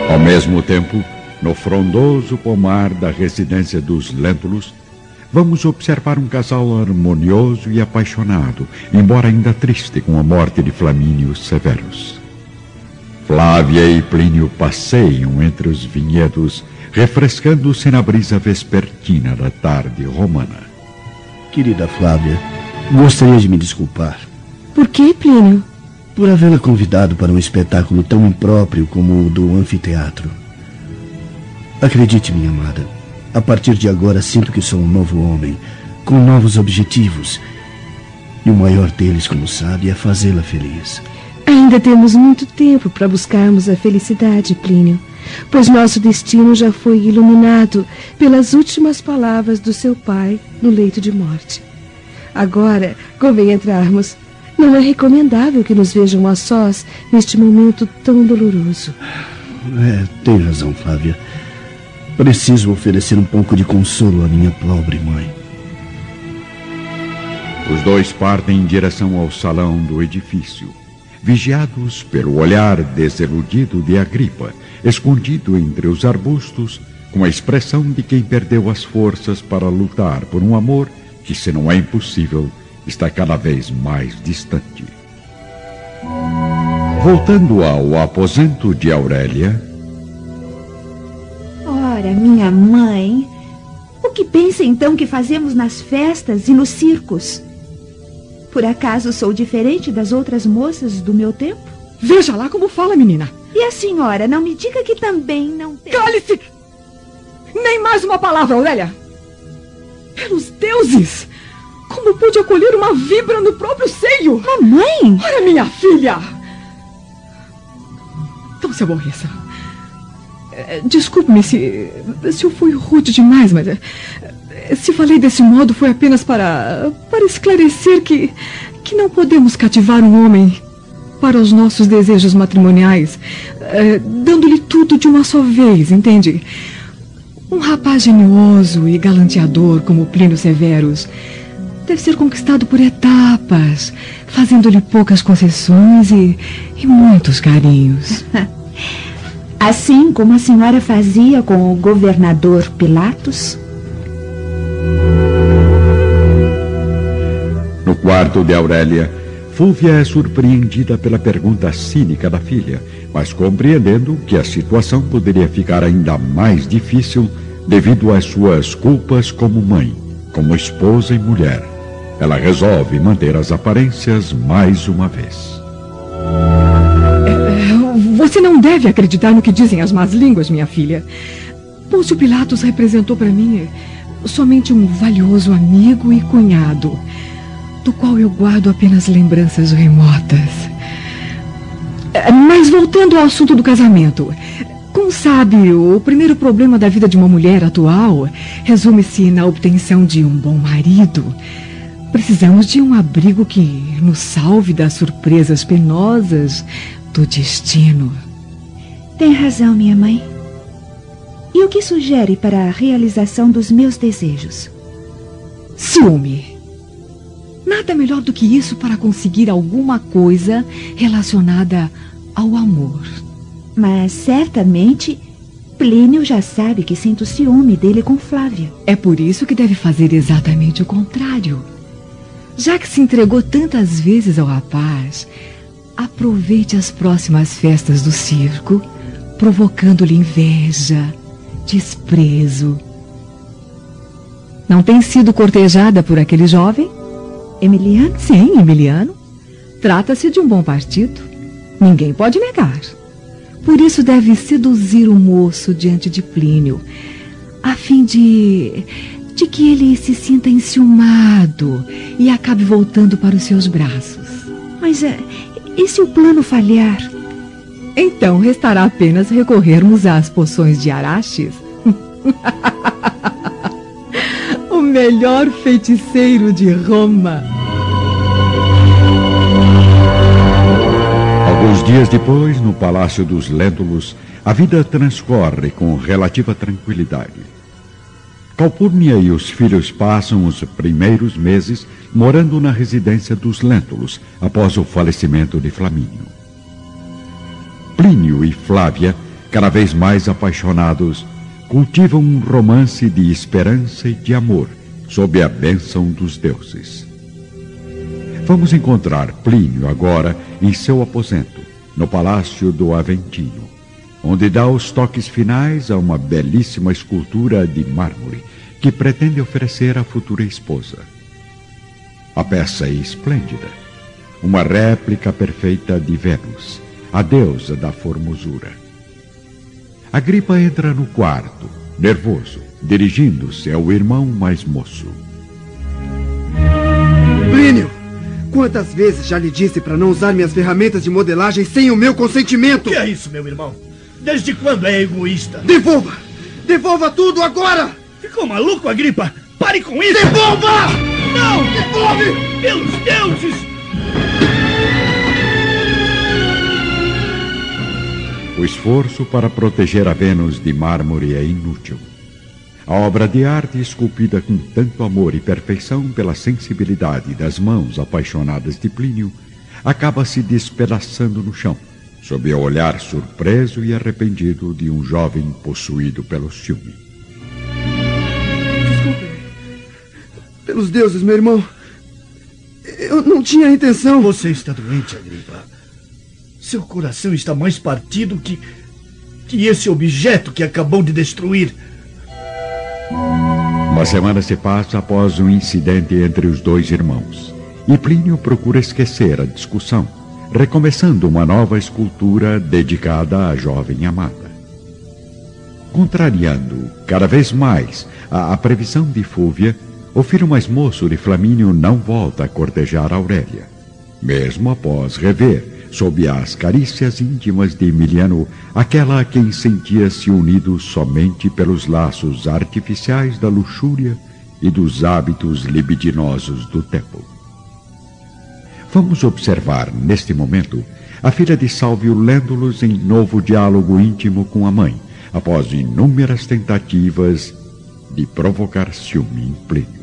Ao mesmo tempo, no frondoso pomar da residência dos Lentulus, vamos observar um casal harmonioso e apaixonado, embora ainda triste com a morte de Flamínio Severus. Flávia e Plínio passeiam entre os vinhedos, refrescando-se na brisa vespertina da tarde romana. Querida Flávia, gostaria de me desculpar. Por que, Plínio? Por havê-la convidado para um espetáculo tão impróprio como o do anfiteatro. Acredite, minha amada, a partir de agora sinto que sou um novo homem, com novos objetivos. E o maior deles, como sabe, é fazê-la feliz. Ainda temos muito tempo para buscarmos a felicidade, Plínio, pois nosso destino já foi iluminado pelas últimas palavras do seu pai no leito de morte. Agora, convém entrarmos. Não é recomendável que nos vejam a sós neste momento tão doloroso. Tem razão, Flávia. Preciso oferecer um pouco de consolo à minha pobre mãe. Os dois partem em direção ao salão do edifício, vigiados pelo olhar desiludido de Agripa, escondido entre os arbustos, com a expressão de quem perdeu as forças para lutar por um amor que, se não é impossível, está cada vez mais distante. Voltando ao aposento de Aurélia... Ora, minha mãe, o que pensa então que fazemos nas festas e nos circos? Por acaso sou diferente das outras moças do meu tempo? Veja lá como fala, menina. E a senhora, não me diga que também não tem... Cale-se! Nem mais uma palavra, Aurélia! Pelos deuses! Como pude acolher uma víbora no próprio seio? Mamãe! Ora, minha filha! Não se aborreça. Desculpe-me se eu fui rude demais, mas... se falei desse modo foi apenas para esclarecer que não podemos cativar um homem para os nossos desejos matrimoniais, dando-lhe tudo de uma só vez, entende? Um rapaz genioso e galanteador como Plínio Severus deve ser conquistado por etapas, fazendo-lhe poucas concessões e muitos carinhos. Assim como a senhora fazia com o governador Pilatos? No quarto de Aurélia, Fúvia é surpreendida pela pergunta cínica da filha, mas compreendendo que a situação poderia ficar ainda mais difícil devido às suas culpas como mãe, como esposa e mulher. Ela resolve manter as aparências mais uma vez. Você não deve acreditar no que dizem as más línguas, minha filha. Pôncio Pilatos representou para mim somente um valioso amigo e cunhado, do qual eu guardo apenas lembranças remotas. Mas voltando ao assunto do casamento, como sabe, o primeiro problema da vida de uma mulher atual resume-se na obtenção de um bom marido. Precisamos de um abrigo que nos salve das surpresas penosas do destino. Tem razão, minha mãe. E o que sugere para a realização dos meus desejos? Ciúme. Nada melhor do que isso para conseguir alguma coisa relacionada ao amor. Mas certamente Plínio já sabe que sinto ciúme dele com Flávia. É por isso que deve fazer exatamente o contrário. Já que se entregou tantas vezes ao rapaz, aproveite as próximas festas do circo, provocando-lhe inveja, desprezo. Não tem sido cortejada por aquele jovem? Emiliano? Sim, Emiliano. Trata-se de um bom partido. Ninguém pode negar. Por isso deve seduzir o moço diante de Plínio, a fim de que ele se sinta enciumado e acabe voltando para os seus braços. Mas e se o plano falhar? Então restará apenas recorrermos às poções de Araxes. O melhor feiticeiro de Roma. Alguns dias depois, no Palácio dos Lentulus, a vida transcorre com relativa tranquilidade. Calpurnia e os filhos passam os primeiros meses morando na residência dos Lentulus, após o falecimento de Flamínio. Plínio e Flávia cada vez mais apaixonados, cultivam um romance de esperança e de amor, sob a bênção dos deuses. Vamos encontrar Plínio agora em seu aposento, no Palácio do Aventino, onde dá os toques finais a uma belíssima escultura de mármore que pretende oferecer à futura esposa. A peça é esplêndida, uma réplica perfeita de Vênus, a deusa da formosura. Agripa entra no quarto, nervoso, dirigindo-se ao irmão mais moço. Plínio, quantas vezes já lhe disse para não usar minhas ferramentas de modelagem sem o meu consentimento? O que é isso, meu irmão? Desde quando é egoísta? Devolva! Devolva tudo agora! Ficou maluco, Agripa? Pare com isso! Devolva! Não! Devolve! Pelos deuses! O esforço para proteger a Vênus de mármore é inútil. A obra de arte, esculpida com tanto amor e perfeição pela sensibilidade das mãos apaixonadas de Plínio, acaba se despedaçando no chão, sob o olhar surpreso e arrependido de um jovem possuído pelo ciúme. Desculpe. Pelos deuses, meu irmão. Eu não tinha intenção. Você está doente, Agripa. Seu coração está mais partido que esse objeto que acabou de destruir. Uma semana se passa após um incidente entre os dois irmãos, e Plínio procura esquecer a discussão, recomeçando uma nova escultura dedicada à jovem amada. Contrariando cada vez mais a previsão de Fúvia, o filho mais moço de Flamínio não volta a cortejar Aurélia, mesmo após rever, sob as carícias íntimas de Emiliano, aquela a quem sentia-se unido somente pelos laços artificiais da luxúria e dos hábitos libidinosos do tempo. Vamos observar, neste momento, a filha de Sálvio Lentulus em novo diálogo íntimo com a mãe, após inúmeras tentativas de provocar ciúme em Plínio.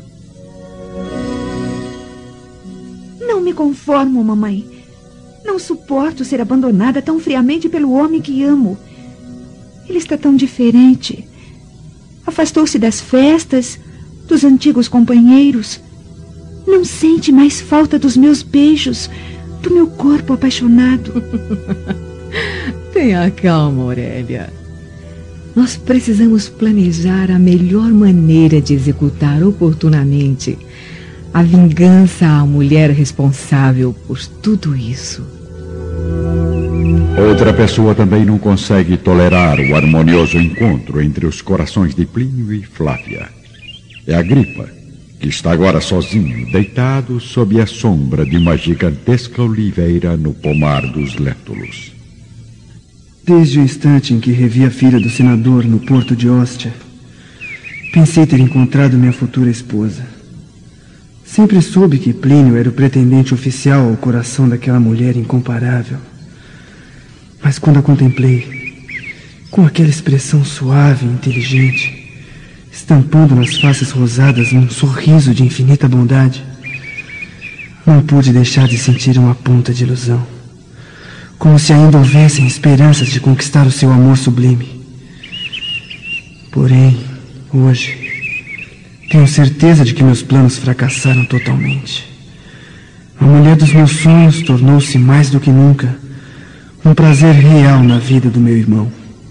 Não me conformo, mamãe. Não suporto ser abandonada tão friamente pelo homem que amo. Ele está tão diferente. Afastou-se das festas, dos antigos companheiros. Não sente mais falta dos meus beijos, do meu corpo apaixonado. Tenha calma, Aurélia. Nós precisamos planejar a melhor maneira de executar oportunamente a vingança à mulher responsável por tudo isso. Outra pessoa também não consegue tolerar o harmonioso encontro entre os corações de Plínio e Flávia. É Agripa, que está agora sozinho, deitado sob a sombra de uma gigantesca oliveira no pomar dos Lentulus. Desde o instante em que revi a filha do senador no porto de Ostia, pensei ter encontrado minha futura esposa. Sempre soube que Plínio era o pretendente oficial ao coração daquela mulher incomparável. Mas quando a contemplei, com aquela expressão suave e inteligente, estampando nas faces rosadas um sorriso de infinita bondade, não pude deixar de sentir uma ponta de ilusão, como se ainda houvessem esperanças de conquistar o seu amor sublime. Porém, hoje, tenho certeza de que meus planos fracassaram totalmente. A mulher dos meus sonhos tornou-se mais do que nunca um prazer real na vida do meu irmão.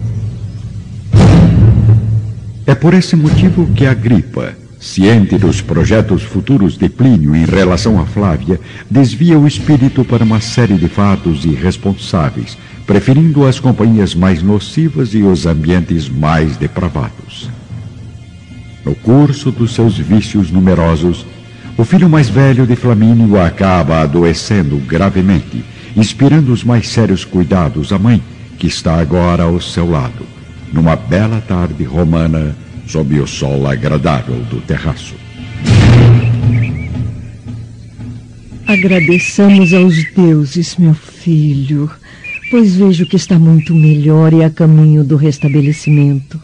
É por esse motivo que Agripa, ciente dos projetos futuros de Plínio em relação a Flávia, desvia o espírito para uma série de fatos irresponsáveis, preferindo as companhias mais nocivas e os ambientes mais depravados. No curso dos seus vícios numerosos, o filho mais velho de Flamínio acaba adoecendo gravemente, inspirando os mais sérios cuidados à mãe, que está agora ao seu lado, numa bela tarde romana, sob o sol agradável do terraço. Agradeçamos aos deuses, meu filho, pois vejo que está muito melhor e a caminho do restabelecimento.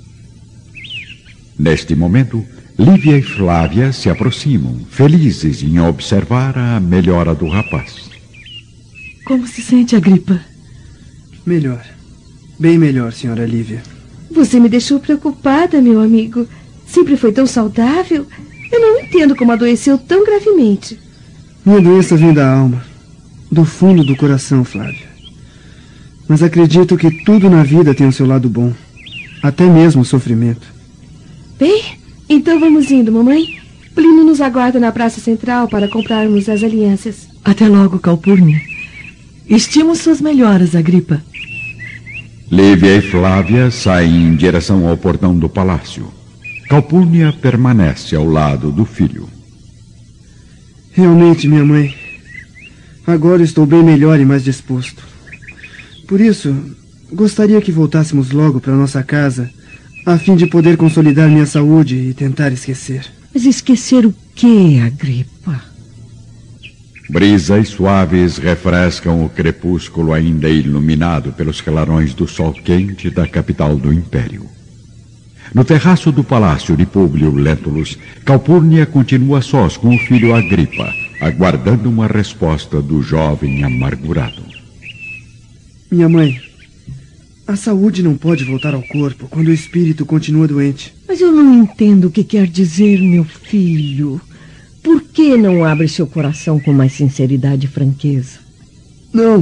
Neste momento, Lívia e Flávia se aproximam, felizes em observar a melhora do rapaz. Como se sente, Agripa? Melhor. Bem melhor, senhora Lívia. Você me deixou preocupada, meu amigo. Sempre foi tão saudável. Eu não entendo como adoeceu tão gravemente. Minha doença vem da alma, do fundo do coração, Flávia. Mas acredito que tudo na vida tem o seu lado bom, até mesmo o sofrimento. Bem, então vamos indo, mamãe. Plínio nos aguarda na praça central para comprarmos as alianças. Até logo, Calpurnia. Estimo suas melhoras, Agripa. Lívia e Flávia saem em direção ao portão do palácio. Calpurnia permanece ao lado do filho. Realmente, minha mãe, agora estou bem melhor e mais disposto. Por isso, gostaria que voltássemos logo para nossa casa, a fim de poder consolidar minha saúde e tentar esquecer. Mas esquecer o quê, Agripa? Brisas suaves refrescam o crepúsculo ainda iluminado pelos clarões do sol quente da capital do Império. No terraço do palácio de Públio Lentulus, Calpurnia continua sós com o filho Agripa, aguardando uma resposta do jovem amargurado. Minha mãe, a saúde não pode voltar ao corpo quando o espírito continua doente. Mas eu não entendo o que quer dizer, meu filho. Por que não abre seu coração com mais sinceridade e franqueza? Não.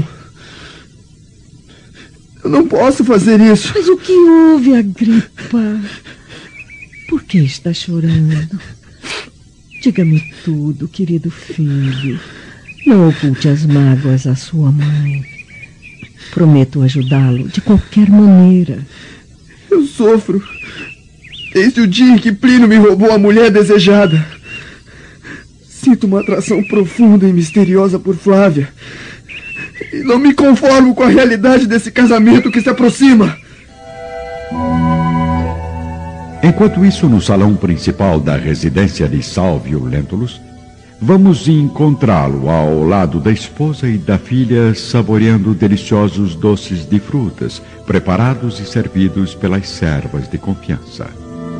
Eu não posso fazer isso. Mas o que houve, Agripa? Por que está chorando? Diga-me tudo, querido filho. Não oculte as mágoas à sua mãe. Prometo ajudá-lo de qualquer maneira. Eu sofro desde o dia em que Plínio me roubou a mulher desejada. Sinto uma atração profunda e misteriosa por Flávia. E não me conformo com a realidade desse casamento que se aproxima. Enquanto isso, no salão principal da residência de Salvio Lentulus, vamos encontrá-lo ao lado da esposa e da filha, saboreando deliciosos doces de frutas, preparados e servidos pelas servas de confiança.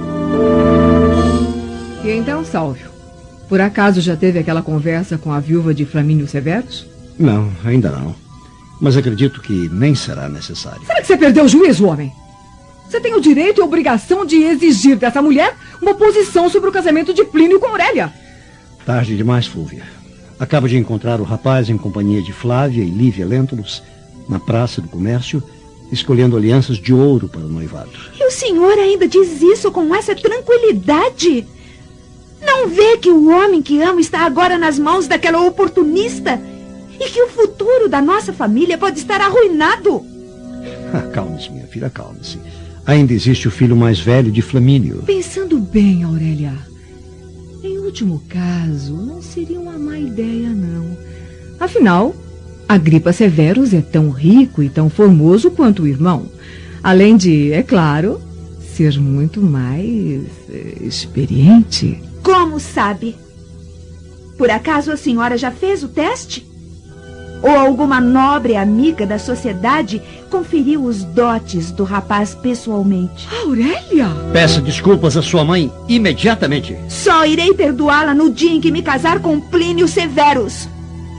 E então, Salvio, por acaso já teve aquela conversa com a viúva de Flamínio Severus? Não, ainda não. Mas acredito que nem será necessário. Será que você perdeu o juízo, homem? Você tem o direito e a obrigação de exigir dessa mulher uma posição sobre o casamento de Plínio com Aurélia. Tarde demais, Fúvia. Acabo de encontrar o rapaz em companhia de Flávia e Lívia Lentulus na Praça do Comércio, escolhendo alianças de ouro para o noivado. E o senhor ainda diz isso com essa tranquilidade? Não vê que o homem que amo está agora nas mãos daquela oportunista? E que o futuro da nossa família pode estar arruinado? Acalme-se, minha filha, acalme-se. Ainda existe o filho mais velho de Flamínio. Pensando bem, Aurélia, em último caso, não seria uma má ideia, não. Afinal, Agripa Severus é tão rico e tão formoso quanto o irmão. Além de, é claro, ser muito mais experiente. Como sabe? Por acaso a senhora já fez o teste? Ou alguma nobre amiga da sociedade conferiu os dotes do rapaz pessoalmente? Aurélia! Peça desculpas à sua mãe imediatamente. Só irei perdoá-la no dia em que me casar com Plínio Severus.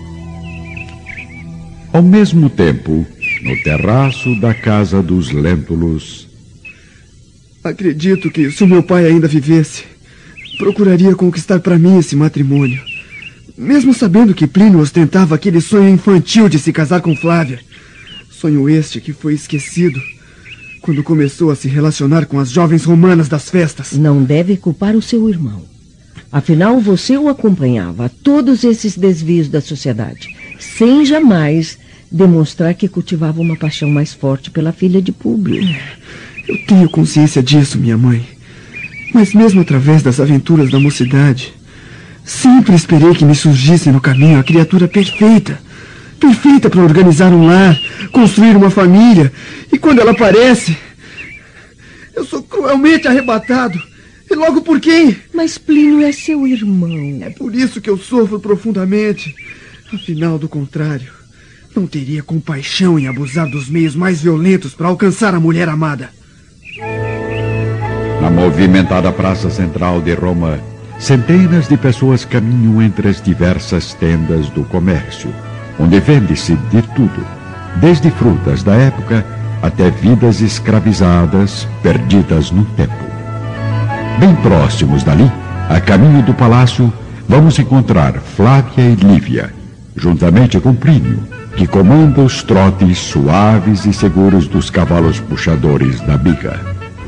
Ao mesmo tempo, no terraço da casa dos Lentulus... Acredito que, se o meu pai ainda vivesse, procuraria conquistar para mim esse matrimônio. Mesmo sabendo que Plínio ostentava aquele sonho infantil de se casar com Flávia. Sonho este que foi esquecido quando começou a se relacionar com as jovens romanas das festas. Não deve culpar o seu irmão. Afinal, você o acompanhava a todos esses desvios da sociedade, sem jamais demonstrar que cultivava uma paixão mais forte pela filha de Públio. Eu tenho consciência disso, minha mãe. Mas mesmo através das aventuras da mocidade, sempre esperei que me surgisse no caminho a criatura perfeita. Perfeita para organizar um lar, construir uma família. E quando ela aparece, eu sou cruelmente arrebatado. E logo por quem? Mas Plínio é seu irmão. É por isso que eu sofro profundamente. Afinal, do contrário, não teria compaixão em abusar dos meios mais violentos para alcançar a mulher amada. Na movimentada praça central de Roma, centenas de pessoas caminham entre as diversas tendas do comércio, onde vende-se de tudo, desde frutas da época até vidas escravizadas perdidas no tempo. Bem próximos dali, a caminho do palácio, vamos encontrar Flávia e Lívia, juntamente com Plínio, que comanda os trotes suaves e seguros dos cavalos puxadores da biga.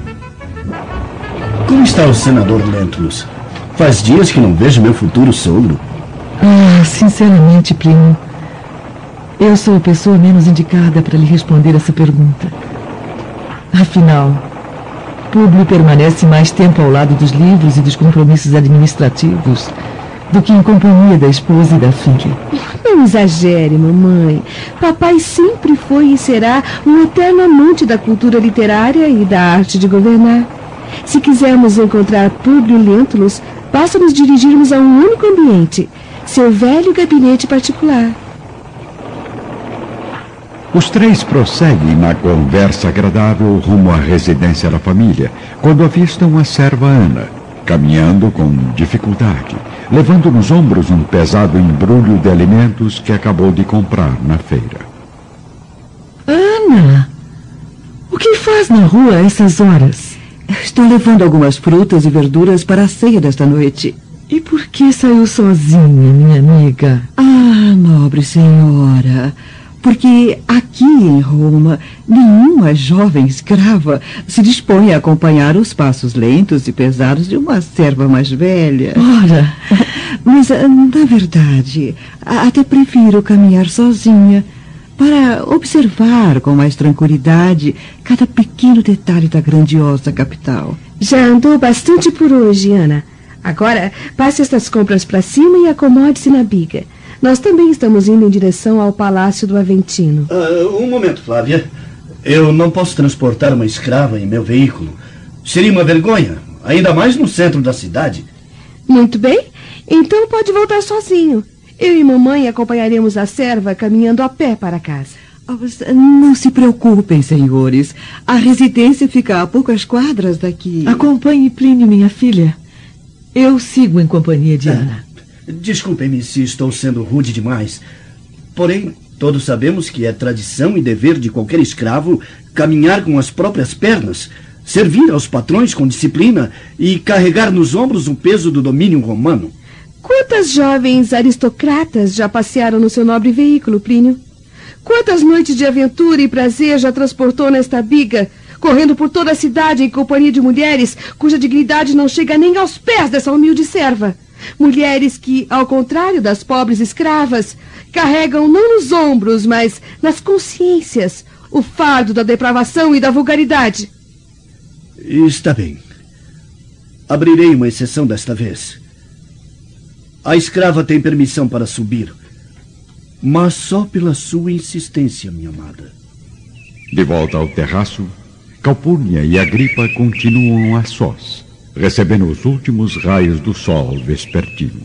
Como está o senador Lentulus? Faz dias que não vejo meu futuro sogro. Sinceramente, Plínio, eu sou a pessoa menos indicada para lhe responder essa pergunta. Afinal, Públio permanece mais tempo ao lado dos livros e dos compromissos administrativos do que em companhia da esposa e da filha. Não exagere, mamãe. Papai sempre foi e será um eterno amante da cultura literária e da arte de governar. Se quisermos encontrar Públio Lentulus, basta nos dirigirmos a um único ambiente, seu velho gabinete particular. Os três prosseguem na conversa agradável rumo à residência da família, quando avistam a serva Ana, caminhando com dificuldade, levando nos ombros um pesado embrulho de alimentos que acabou de comprar na feira. Ana, o que faz na rua a essas horas? Estou levando algumas frutas e verduras para a ceia desta noite. E por que saiu sozinha, minha amiga? Nobre senhora, porque aqui em Roma, nenhuma jovem escrava se dispõe a acompanhar os passos lentos e pesados de uma serva mais velha. Ora! Mas, na verdade, até prefiro caminhar sozinha para observar com mais tranquilidade cada pequeno detalhe da grandiosa capital. Já andou bastante por hoje, Ana. Agora, passe estas compras para cima e acomode-se na biga. Nós também estamos indo em direção ao Palácio do Aventino. Um momento, Flávia. Eu não posso transportar uma escrava em meu veículo. Seria uma vergonha, ainda mais no centro da cidade. Muito bem. Então pode voltar sozinho. Eu e mamãe acompanharemos a serva caminhando a pé para casa. Não se preocupem, senhores. A residência fica a poucas quadras daqui. Acompanhe Plínio, minha filha. Eu sigo em companhia de Ana. Desculpem-me se estou sendo rude demais. Porém, todos sabemos que é tradição e dever de qualquer escravo caminhar com as próprias pernas, servir aos patrões com disciplina e carregar nos ombros o peso do domínio romano. Quantas jovens aristocratas já passearam no seu nobre veículo, Plínio? Quantas noites de aventura e prazer já transportou nesta biga, correndo por toda a cidade em companhia de mulheres cuja dignidade não chega nem aos pés dessa humilde serva? Mulheres que, ao contrário das pobres escravas, carregam não nos ombros, mas nas consciências, o fardo da depravação e da vulgaridade. Está bem. Abrirei uma exceção desta vez. A escrava tem permissão para subir, mas só pela sua insistência, minha amada. De volta ao terraço, Calpurnia e Agripa continuam a sós, recebendo os últimos raios do sol vespertino.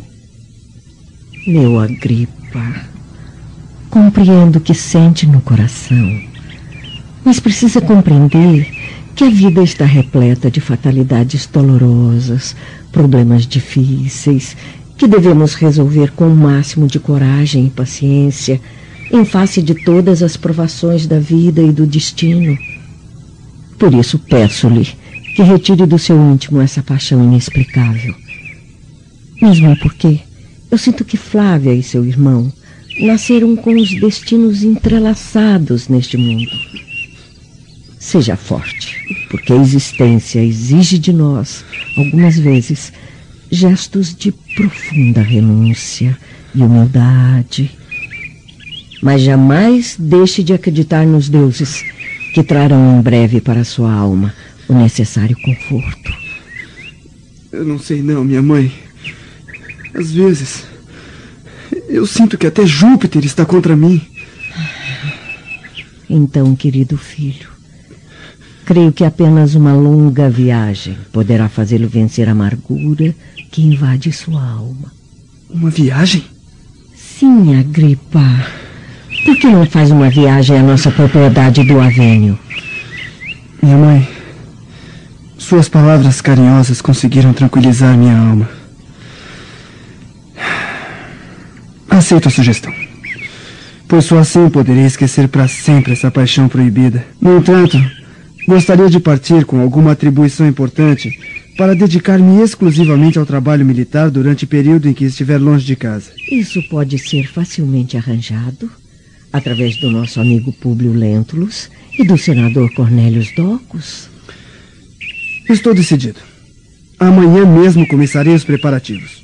Meu Agripa, compreendo o que sente no coração, mas precisa compreender que a vida está repleta de fatalidades dolorosas, problemas difíceis, que devemos resolver com o máximo de coragem e paciência, em face de todas as provações da vida e do destino. Por isso peço-lhe que retire do seu íntimo essa paixão inexplicável. Mesmo porque eu sinto que Flávia e seu irmão nasceram com os destinos entrelaçados neste mundo. Seja forte, porque a existência exige de nós, algumas vezes, gestos de profunda renúncia e humildade. Mas jamais deixe de acreditar nos deuses, que trarão em breve para a sua alma o necessário conforto. Eu não sei não, minha mãe. Às vezes, eu sinto que até Júpiter está contra mim. Então, querido filho, creio que apenas uma longa viagem poderá fazê-lo vencer a amargura que invade sua alma. Uma viagem? Sim, Agripa. Por que não faz uma viagem à nossa propriedade do Avênio? Minha mãe, suas palavras carinhosas conseguiram tranquilizar minha alma. Aceito a sugestão. pois só assim poderei esquecer para sempre essa paixão proibida. No entanto, gostaria de partir com alguma atribuição importante para dedicar-me exclusivamente ao trabalho militar durante o período em que estiver longe de casa. Isso pode ser facilmente arranjado através do nosso amigo Públio Lentulus e do senador Cornélius Docus. Estou decidido. Amanhã mesmo começarei os preparativos.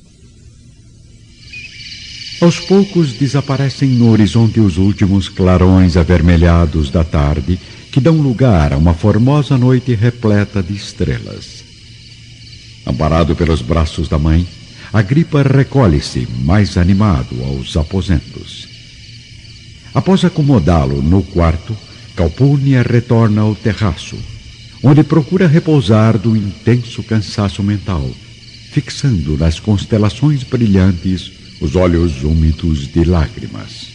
Aos poucos desaparecem no horizonte os últimos clarões avermelhados da tarde, que dão lugar a uma formosa noite repleta de estrelas. Amparado pelos braços da mãe, Agripa recolhe-se, mais animado, aos aposentos. Após acomodá-lo no quarto, Calpurnia retorna ao terraço, onde procura repousar do intenso cansaço mental, fixando nas constelações brilhantes os olhos úmidos de lágrimas.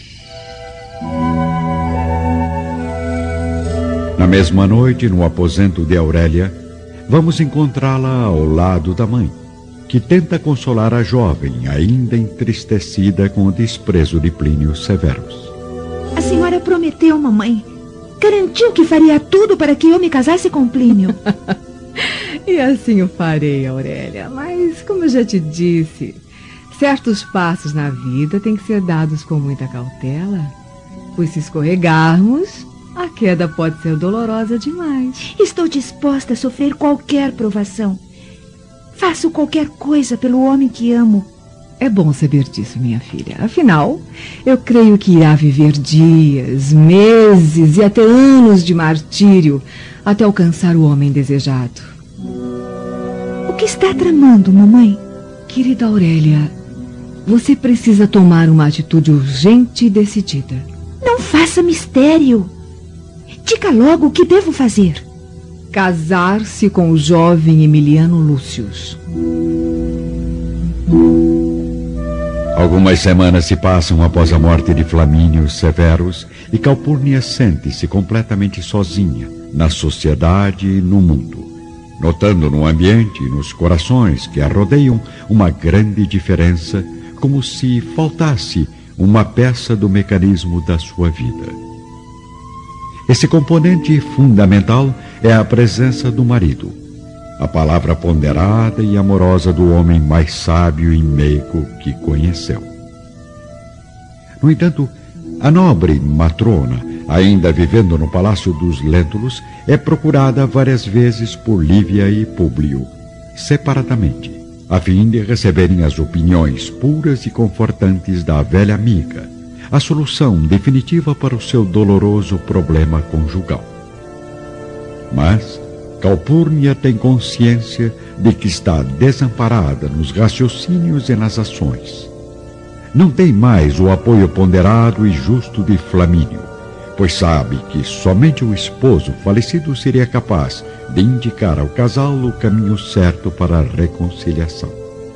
Na mesma noite, no aposento de Aurélia, vamos encontrá-la ao lado da mãe, que tenta consolar a jovem, ainda entristecida com o desprezo de Plínio Severus. A senhora prometeu, mamãe. Garantiu que faria tudo para que eu me casasse com Plínio. E assim o farei, Aurélia. Mas, como eu já te disse, certos passos na vida têm que ser dados com muita cautela, pois se escorregarmos, a queda pode ser dolorosa demais. Estou disposta a sofrer qualquer provação. Faço qualquer coisa pelo homem que amo. É bom saber disso, minha filha. Afinal, eu creio que irá viver dias, meses e até anos de martírio até alcançar o homem desejado. O que está tramando, mamãe? Querida Aurélia, você precisa tomar uma atitude urgente e decidida. Não faça mistério. Diga logo o que devo fazer. Casar-se com o jovem Emiliano Lúcius. Algumas semanas se passam após a morte de Flamínio Severus e Calpurnia sente-se completamente sozinha na sociedade e no mundo, notando no ambiente e nos corações que a rodeiam uma grande diferença, como se faltasse uma peça do mecanismo da sua vida. Esse componente fundamental é a presença do marido, a palavra ponderada e amorosa do homem mais sábio e meigo que conheceu. No entanto, a nobre matrona, ainda vivendo no palácio dos Lentulus, é procurada várias vezes por Lívia e Públio, separadamente, a fim de receberem as opiniões puras e confortantes da velha amiga, a solução definitiva para o seu doloroso problema conjugal. Mas Calpurnia tem consciência de que está desamparada nos raciocínios e nas ações. Não tem mais o apoio ponderado e justo de Flamínio, pois sabe que somente o esposo falecido seria capaz de indicar ao casal o caminho certo para a reconciliação.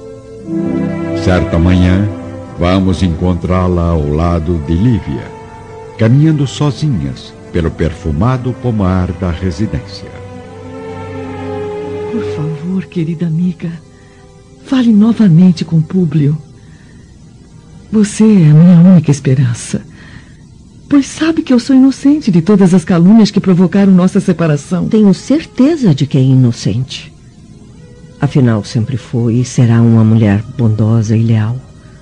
Certa manhã, vamos encontrá-la ao lado de Lívia, caminhando sozinhas pelo perfumado pomar da residência. Por favor, querida amiga, fale novamente com Públio. Você é a minha única esperança, pois sabe que eu sou inocente de todas as calúnias que provocaram nossa separação. Tenho certeza de que é inocente. Afinal, sempre foi e será uma mulher bondosa e leal.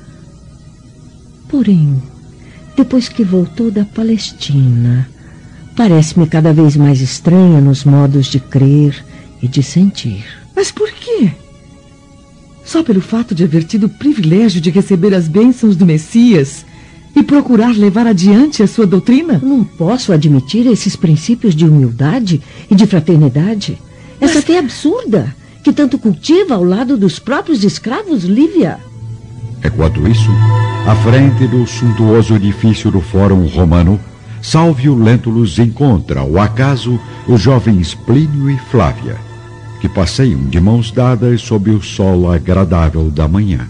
Porém, depois que voltou da Palestina, parece-me cada vez mais estranha nos modos de crer e de sentir. Mas por quê? Só pelo fato de haver tido o privilégio de receber as bênçãos do Messias e procurar levar adiante a sua doutrina? Não posso admitir esses princípios de humildade e de fraternidade. Essa fé absurda que tanto cultiva ao lado dos próprios escravos, Lívia. Enquanto isso, à frente do suntuoso edifício do Fórum Romano, Salvio Lentulus encontra, ao acaso, os jovens Plínio e Flávia, que passeiam de mãos dadas sob o sol agradável da manhã.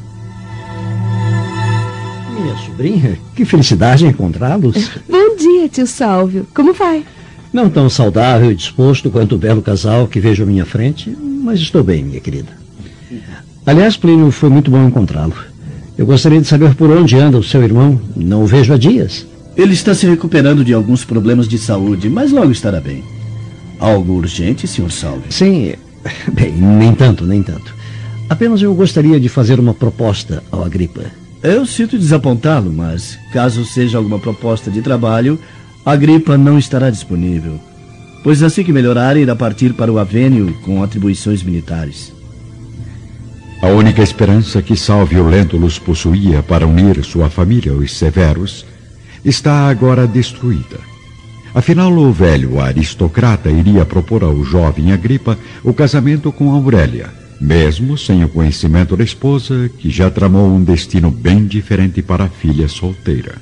Minha sobrinha, que felicidade encontrá-los. Bom dia, tio Salvio. Como vai? Não tão saudável e disposto quanto o belo casal que vejo à minha frente, mas estou bem, minha querida. Aliás, Plínio, foi muito bom encontrá-lo. Eu gostaria de saber por onde anda o seu irmão. Não o vejo há dias. Ele está se recuperando de alguns problemas de saúde, mas logo estará bem. Algo urgente, Sr. Salve? Sim, bem, nem tanto. Apenas eu gostaria de fazer uma proposta ao Agripa. Eu sinto desapontá-lo, mas caso seja alguma proposta de trabalho, a Agripa não estará disponível. Pois assim que melhorar, irá partir para o Avênio com atribuições militares. A única esperança que Salvio Lentulus possuía para unir sua família aos Severos está agora destruída. Afinal, o velho aristocrata iria propor ao jovem Agripa o casamento com Aurélia, mesmo sem o conhecimento da esposa, que já tramou um destino bem diferente para a filha solteira.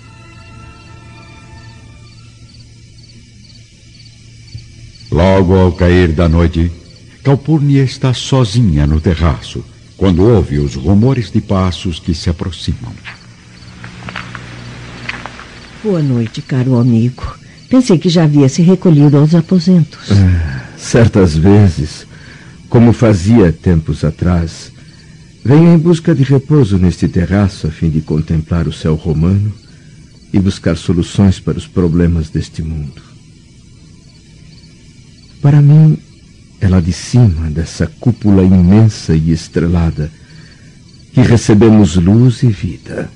Logo ao cair da noite, Calpurnia está sozinha no terraço, quando ouve os rumores de passos que se aproximam. Boa noite, caro amigo. Pensei que já havia se recolhido aos aposentos. Certas vezes, como fazia tempos atrás, venho em busca de repouso neste terraço a fim de contemplar o céu romano e buscar soluções para os problemas deste mundo. Para mim, é lá de cima dessa cúpula imensa e estrelada que recebemos luz e vida.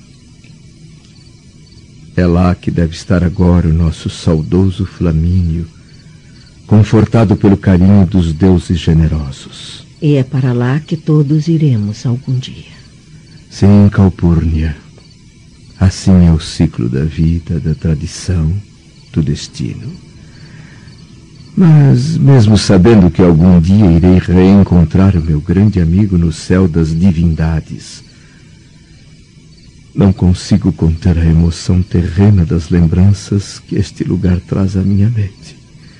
É lá que deve estar agora o nosso saudoso Flamínio, confortado pelo carinho dos deuses generosos. E é para lá que todos iremos algum dia. Sim, Calpurnia. Assim é o ciclo da vida, da tradição, do destino. Mas, mesmo sabendo que algum dia irei reencontrar o meu grande amigo no céu das divindades, não consigo conter a emoção terrena das lembranças que este lugar traz à minha mente.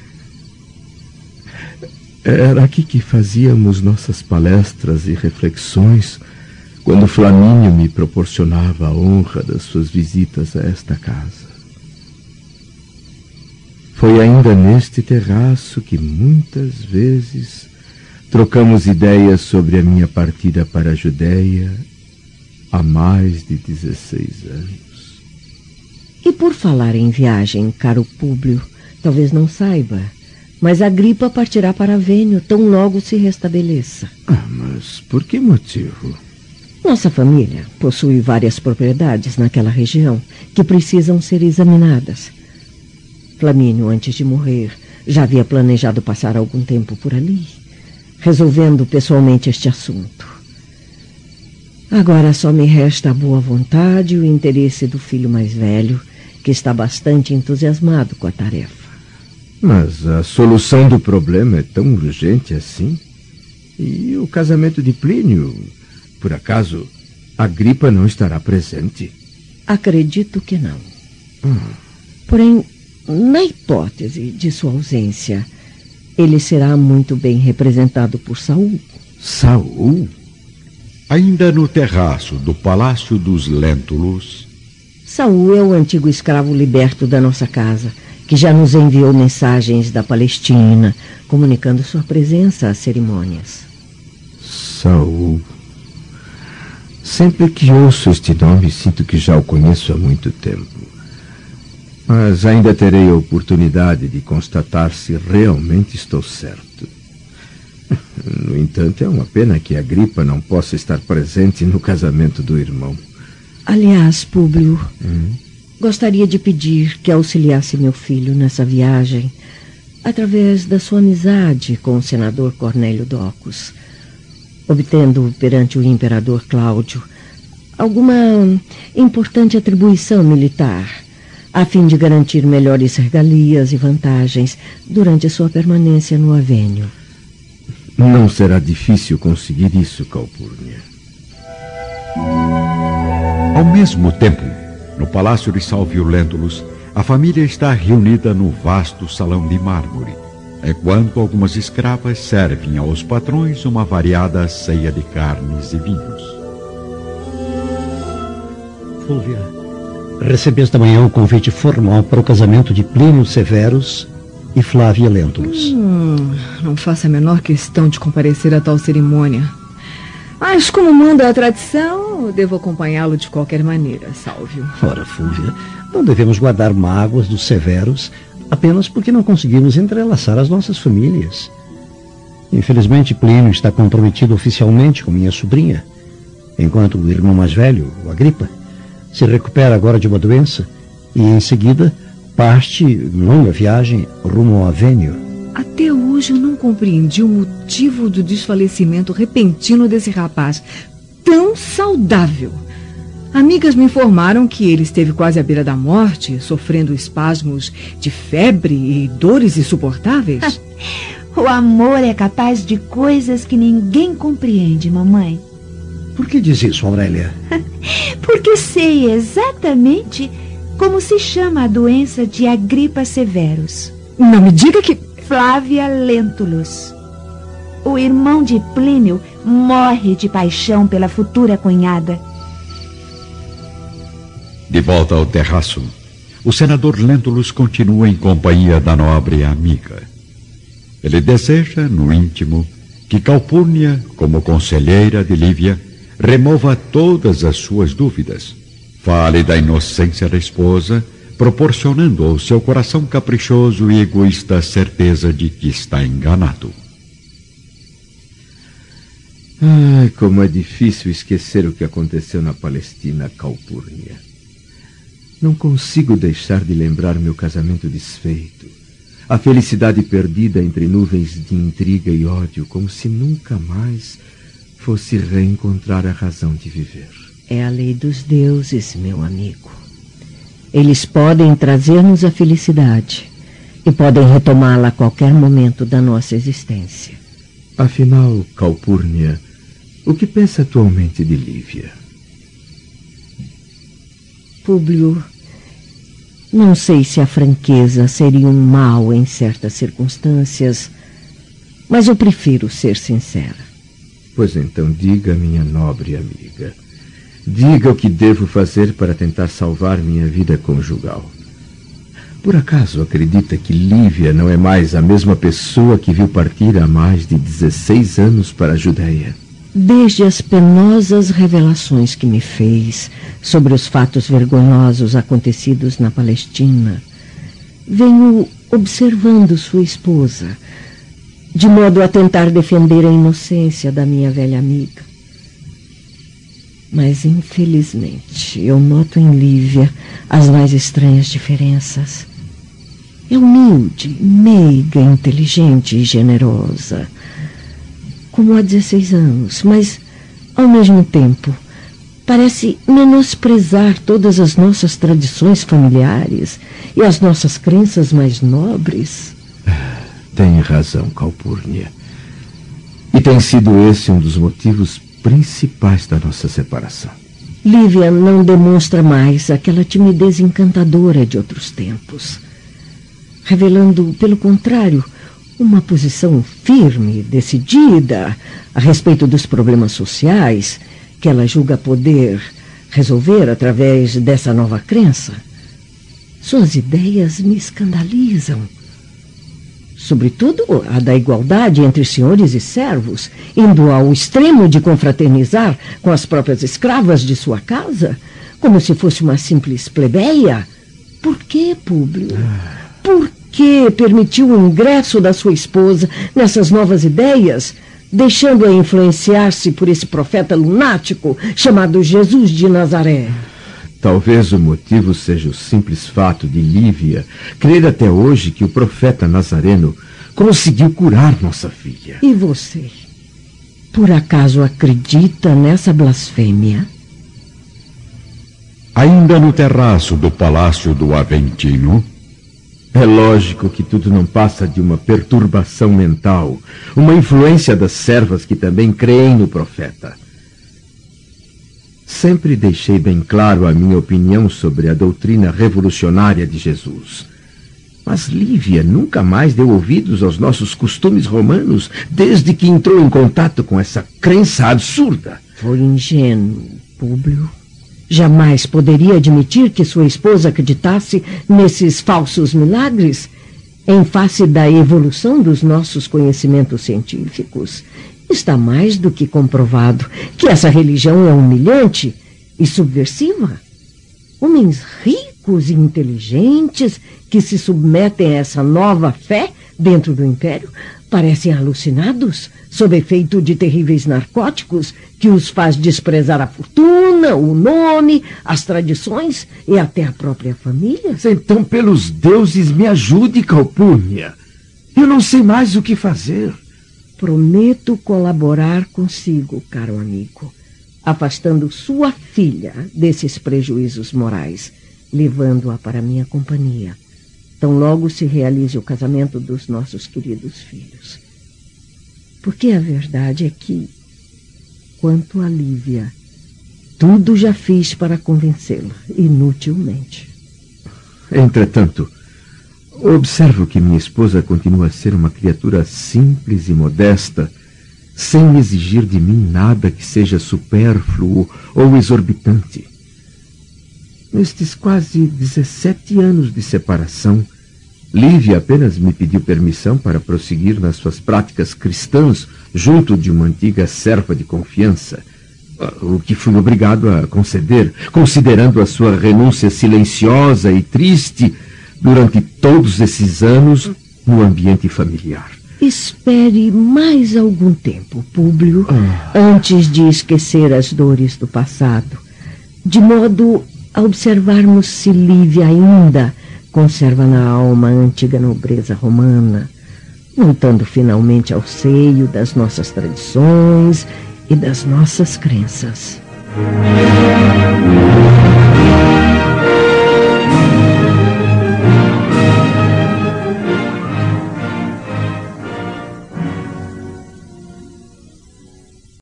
Era aqui que fazíamos nossas palestras e reflexões quando Flamínio me proporcionava a honra das suas visitas a esta casa. Foi ainda neste terraço que muitas vezes trocamos ideias sobre a minha partida para a Judéia há mais de 16 anos. E por falar em viagem, caro Públio, talvez não saiba, mas Agripa partirá para Avênio tão logo se restabeleça. Mas por que motivo? Nossa família possui várias propriedades naquela região que precisam ser examinadas. Flamínio, antes de morrer, já havia planejado passar algum tempo por ali, resolvendo pessoalmente este assunto. Agora só me resta a boa vontade e o interesse do filho mais velho, que está bastante entusiasmado com a tarefa. Mas a solução do problema é tão urgente assim? E o casamento de Plínio? Por acaso, Agripa não estará presente? Acredito que não. Porém, na hipótese de sua ausência, ele será muito bem representado por Saul. Saul? Ainda no terraço do Palácio dos Lentulus, Saul é o antigo escravo liberto da nossa casa, que já nos enviou mensagens da Palestina, comunicando sua presença às cerimônias. Saul. Sempre que ouço este nome, sinto que já o conheço há muito tempo. Mas ainda terei a oportunidade de constatar se realmente estou certo. No entanto, é uma pena que Agripa não possa estar presente no casamento do irmão. Aliás, Públio, gostaria de pedir que auxiliasse meu filho nessa viagem através da sua amizade com o senador Cornélio Docus, obtendo perante o imperador Cláudio alguma importante atribuição militar, a fim de garantir melhores regalias e vantagens durante sua permanência no Avênio. Não será difícil conseguir isso, Calpurnia. Ao mesmo tempo, no Palácio de Salvio Lentulus, a família está reunida no vasto salão de mármore, enquanto algumas escravas servem aos patrões uma variada ceia de carnes e vinhos. Fúlvia, recebi esta manhã o convite formal para o casamento de Plínio Severus e Flávia Lentulus. Não faço a menor questão de comparecer a tal cerimônia. Mas como manda a tradição, eu devo acompanhá-lo de qualquer maneira, Sálvio. Ora, Fúlvia, não devemos guardar mágoas dos severos apenas porque não conseguimos entrelaçar as nossas famílias. Infelizmente, Plínio está comprometido oficialmente com minha sobrinha, enquanto o irmão mais velho, o Agripa, se recupera agora de uma doença e, em seguida, parte longa viagem rumo ao Avênio. Até hoje eu não compreendi o motivo do desfalecimento repentino desse rapaz, tão saudável. Amigas me informaram que ele esteve quase à beira da morte, sofrendo espasmos de febre e dores insuportáveis. O amor é capaz de coisas que ninguém compreende, mamãe. Por que diz isso, Aurélia? Porque sei exatamente como se chama a doença de Agripa Severus. Não me diga que... Flávia Lentulus. O irmão de Plínio morre de paixão pela futura cunhada. De volta ao terraço, o senador Lentulus continua em companhia da nobre amiga. Ele deseja, no íntimo, que Calpurnia, como conselheira de Lívia, remova todas as suas dúvidas, fale da inocência da esposa, proporcionando ao seu coração caprichoso e egoísta a certeza de que está enganado. Ai, como é difícil esquecer o que aconteceu na Palestina, Calpurnia. Não consigo deixar de lembrar meu casamento desfeito, a felicidade perdida entre nuvens de intriga e ódio, como se nunca mais fosse reencontrar a razão de viver. É a lei dos deuses, meu amigo. Eles podem trazer-nos a felicidade e podem retomá-la a qualquer momento da nossa existência. Afinal, Calpurnia, o que pensa atualmente de Lívia? Públio, não sei se a franqueza seria um mal em certas circunstâncias, mas eu prefiro ser sincera. Pois então diga, minha nobre amiga. Diga o que devo fazer para tentar salvar minha vida conjugal. Por acaso acredita que Lívia não é mais a mesma pessoa que viu partir há mais de 16 anos para a Judéia? Desde as penosas revelações que me fez sobre os fatos vergonhosos acontecidos na Palestina, venho observando sua esposa, de modo a tentar defender a inocência da minha velha amiga. Mas, infelizmente, eu noto em Lívia as mais estranhas diferenças. É humilde, meiga, inteligente e generosa, como há 16 anos, mas, ao mesmo tempo, parece menosprezar todas as nossas tradições familiares e as nossas crenças mais nobres. Tem razão, Calpurnia. E tem sido esse um dos motivos principais da nossa separação. Lívia não demonstra mais aquela timidez encantadora de outros tempos, revelando, pelo contrário, uma posição firme, decidida a respeito dos problemas sociais que ela julga poder resolver através dessa nova crença. Suas ideias me escandalizam. Sobretudo a da igualdade entre senhores e servos, indo ao extremo de confraternizar com as próprias escravas de sua casa, como se fosse uma simples plebeia. Por que, Públio? Por que permitiu o ingresso da sua esposa nessas novas ideias, deixando-a influenciar-se por esse profeta lunático chamado Jesus de Nazaré? Talvez o motivo seja o simples fato de Lívia crer até hoje que o profeta Nazareno conseguiu curar nossa filha. E você, por acaso acredita nessa blasfêmia? Ainda no terraço do Palácio do Aventino... É lógico que tudo não passa de uma perturbação mental, uma influência das servas que também creem no profeta. Sempre deixei bem claro a minha opinião sobre a doutrina revolucionária de Jesus. Mas Lívia nunca mais deu ouvidos aos nossos costumes romanos desde que entrou em contato com essa crença absurda. Foi ingênuo, Públio. Jamais poderia admitir que sua esposa acreditasse nesses falsos milagres em face da evolução dos nossos conhecimentos científicos Está mais do que comprovado que essa religião é humilhante e subversiva. Homens ricos e inteligentes que se submetem a essa nova fé dentro do império parecem alucinados sob efeito de terríveis narcóticos que os faz desprezar a fortuna, o nome, as tradições e até a própria família. Então, pelos deuses, me ajude, Calpurnia. Eu não sei mais o que fazer. Prometo colaborar consigo, caro amigo, afastando sua filha desses prejuízos morais, levando-a para minha companhia, tão logo se realize o casamento dos nossos queridos filhos. Porque a verdade é que, quanto a Lívia, tudo já fiz para convencê-la, inutilmente. Entretanto, observo que minha esposa continua a ser uma criatura simples e modesta, sem exigir de mim nada que seja supérfluo ou exorbitante. Nestes quase 17 anos de separação, Lívia apenas me pediu permissão para prosseguir nas suas práticas cristãs junto de uma antiga serva de confiança, o que fui obrigado a conceder, considerando a sua renúncia silenciosa e triste durante todos esses anos no ambiente familiar. Espere mais algum tempo, Públio, antes de esquecer as dores do passado, de modo a observarmos se Lívia ainda conserva na alma a antiga nobreza romana, voltando finalmente ao seio das nossas tradições e das nossas crenças.